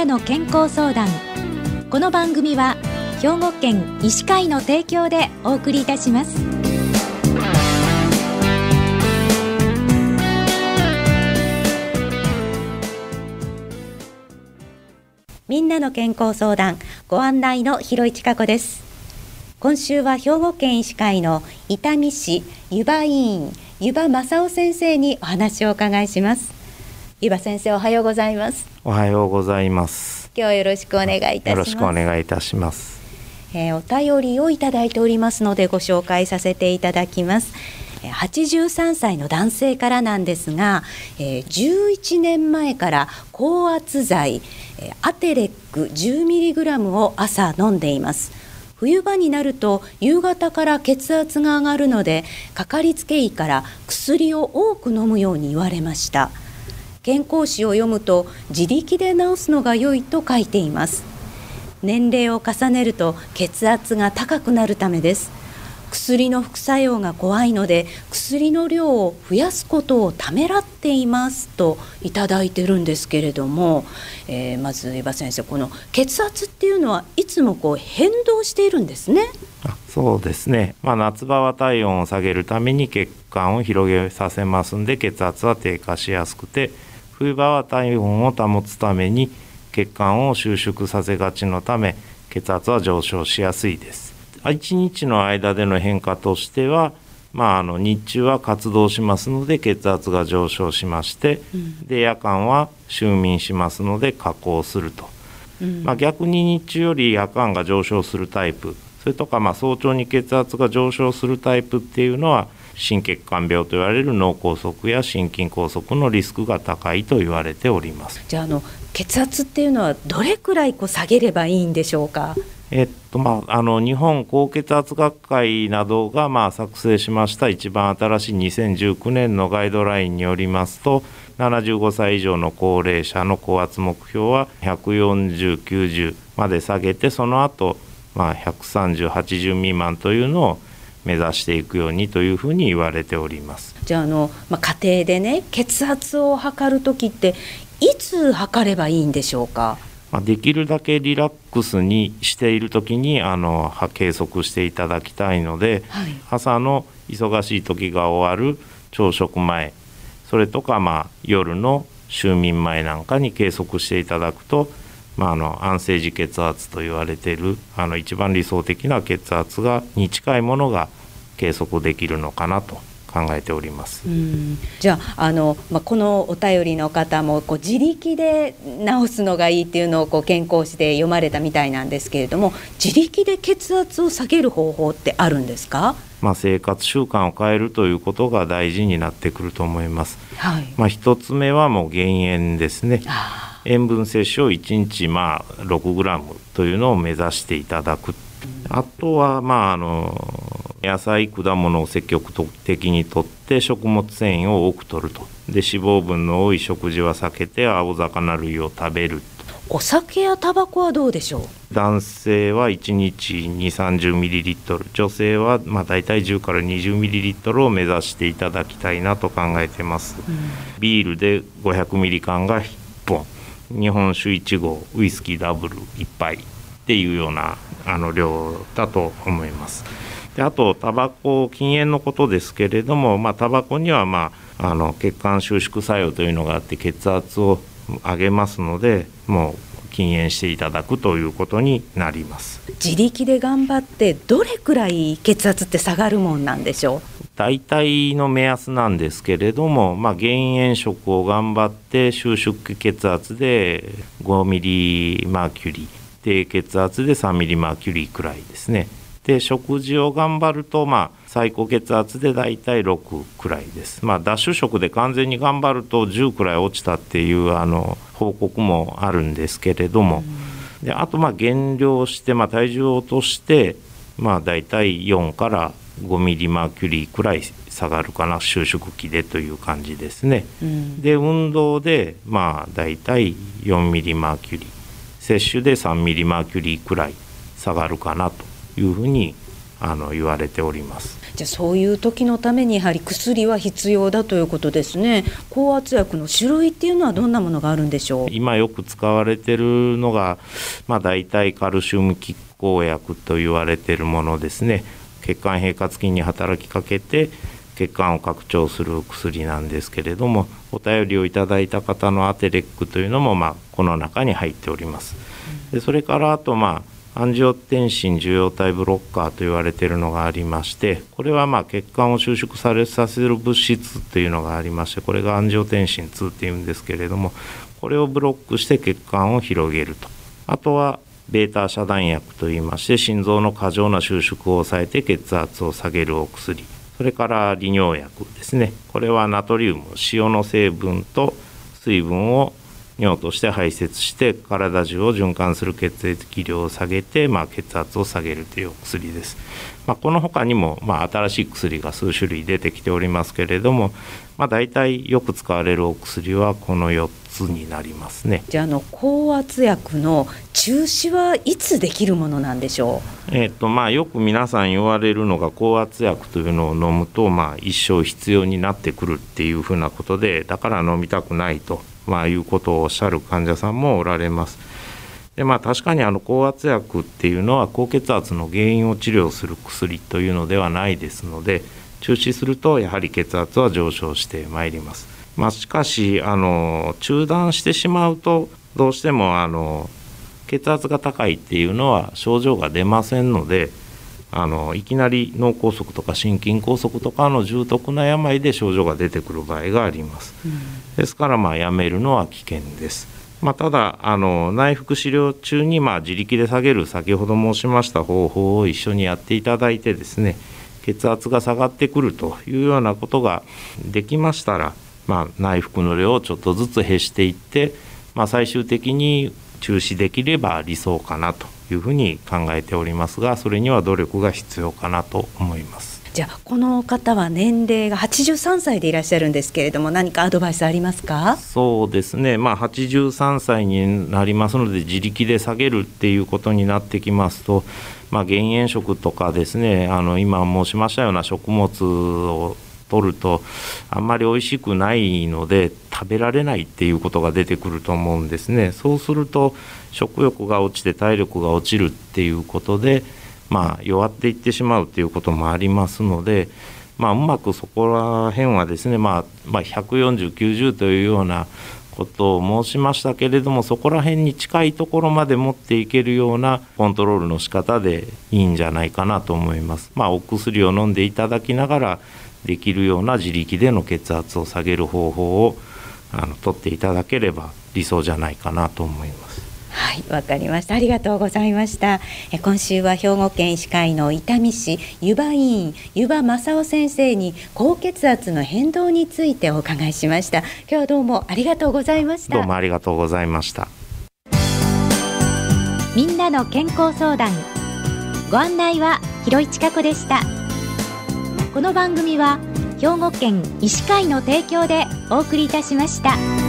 の健康相談。この番組は兵庫県医師会の提供でお送りいたします。みんなの健康相談、ご案内の広市加子です。今週は兵庫県医師会の伊丹市湯葉医院湯葉正夫先生にお話をお伺いします。湯葉先生、おはようございます。 おはようございます。 今日はよろしくお願いいたします。 よろしくお願いいたします。 お便りをいただいておりますのでご紹介させていただきます。83歳の男性からなんですが、11年前から高圧剤アテレック 10mg を朝飲んでいます。冬場になると夕方から血圧が上がるので、かかりつけ医から薬を多く飲むように言われました。健康誌を読むと自力で治すのが良いと書いています。年齢を重ねると血圧が高くなるためです。薬の副作用が怖いので薬の量を増やすことをためらっていますといただいてるんですけれども、まず伊庭先生、この血圧っていうのはいつも変動しているんですね。 そうですね、夏場は体温を下げるために血管を広げさせますんで血圧は低下しやすくて、冬場は体温を保つために血管を収縮させがちのため血圧は上昇しやすいです。1日の間での変化としては、日中は活動しますので血圧が上昇しまして、で夜間は休眠しますので下降すると、逆に日中より夜間が上昇するタイプ、それとか早朝に血圧が上昇するタイプっていうのは心血管病と言われる脳梗塞や心筋梗塞のリスクが高いと言われております。 じゃあ、血圧っていうのはどれくらい下げればいいんでしょうか。 日本高血圧学会などが作成しました一番新しい2019年のガイドラインによりますと、75歳以上の高齢者の高圧目標は140、90まで下げて、その後130、80未満というのを目指していくようにというふうに言われております。 じゃあ、家庭でね、血圧を測るときっていつ測ればいいんでしょうか。 できるだけリラックスにしているときに計測していただきたいので、朝の忙しい時が終わる朝食前、それとか夜の就眠前なんかに計測していただくと、安静時血圧と言われている一番理想的な血圧に近いものが計測できるのかなと考えております。 じゃあ、このお便りの方も自力で治すのがいいっていうのを健康誌で読まれたみたいなんですけれども、自力で血圧を下げる方法ってあるんですか。 生活習慣を変えるということが大事になってくると思います。一つ目はもう減塩ですね。塩分摂取を1日6g というのを目指していただく。あとは野菜果物を積極的に摂って食物繊維を多く摂ると。で脂肪分の多い食事は避けて青魚類を食べる。 お酒やタバコはどうでしょう。 男性は1日 2,30ml、 女性はだいたい10から 20ml を目指していただきたいなと考えています。ビールで 500ml 缶が1本、日本酒1合、ウイスキーダブル1杯っていうような量だと思います。であとタバコ、禁煙のことですけれども、タバコには血管収縮作用というのがあって血圧を上げますので、もう禁煙していただくということになります。 自力で頑張ってどれくらい血圧って下がるもんなんでしょう。 大体の目安なんですけれども、減塩食を頑張って収縮血圧で5ミリマーキュリー、低血圧で3ミリマーキュリーくらいですね。で食事を頑張ると最高血圧でだいたい6くらいです。脱脂食で完全に頑張ると10くらい落ちたっていう報告もあるんですけれども、であと減量して体重を落としてだいたい4から5ミリマーキュリーくらい下がるかな、収縮期でという感じですね。で運動でだいたい4ミリマーキュリー、摂取で3ミリマーキュリーくらい下がるかなというふうに言われております。 じゃあそういう時のためにやはり薬は必要だということですね。降圧薬の種類っていうのはどんなものがあるんでしょう。 今よく使われているのが、大体カルシウム拮抗薬と言われているものですね。血管平滑筋に働きかけて血管を拡張する薬なんですけれども、お便りをいただいた方のアテレックというのもこの中に入っております。でそれからあとアンジオテンシン受容体ブロッカーと言われているのがありまして、これは血管を収縮させる物質というのがありまして、これがアンジオテンシン2っていうんですけれども、これをブロックして血管を広げると。あとはベータ遮断薬といいまして、心臓の過剰な収縮を抑えて血圧を下げるお薬。それから利尿薬ですね。これはナトリウム、塩の成分と水分を尿として排泄して体中を循環する血液量を下げて、血圧を下げるというお薬です。この他にも新しい薬が数種類出てきておりますけれども、大体よく使われるお薬はこの4つになりますね。 じゃあ降圧薬の中止はいつできるものなんでしょう。 よく皆さん言われるのが、降圧薬というのを飲むと一生必要になってくるっていうふうなことで、だから飲みたくないということをおっしゃる患者さんもおられます。で確かに降圧薬っていうのは高血圧の原因を治療する薬というのではないですので、中止するとやはり血圧は上昇してまいります。しかし中断してしまうとどうしても血圧が高いっていうのは症状が出ませんので、いきなり脳梗塞とか心筋梗塞とかの重篤な病で症状が出てくる場合があります。ですからやめるのは危険です。ただ内服治療中に自力で下げる、先ほど申しました方法を一緒にやっていただいてですね、血圧が下がってくるというようなことができましたら、内服の量をちょっとずつ減していって、最終的に中止できれば理想かなというふうに考えておりますが、それには努力が必要かなと思います。 じゃあこの方は年齢が83歳でいらっしゃるんですけれども、何かアドバイスありますか？ そうですね、83歳になりますので、自力で下げるっていうことになってきますと、減塩食とかですね、今申しましたような食物を取るとあんまり美味しくないので食べられないっていうことが出てくると思うんですね。そうすると食欲が落ちて体力が落ちるっていうことで、弱っていってしまうということもありますので、うまくそこら辺はですね、140、90というようなことを申しましたけれども、そこら辺に近いところまで持っていけるようなコントロールの仕方でいいんじゃないかなと思います。お薬を飲んでいただきながらできるような自力での血圧を下げる方法を取っていただければ理想じゃないかなと思います。 はい、わかりました。ありがとうございました。今週は兵庫県医師会の伊丹市湯葉医院湯葉正夫先生に高血圧の変動についてお伺いしました。今日はどうもありがとうございました。 どうもありがとうございました。 みんなの健康相談、ご案内は広市加子でした。この番組は兵庫県医師会の提供でお送りいたしました。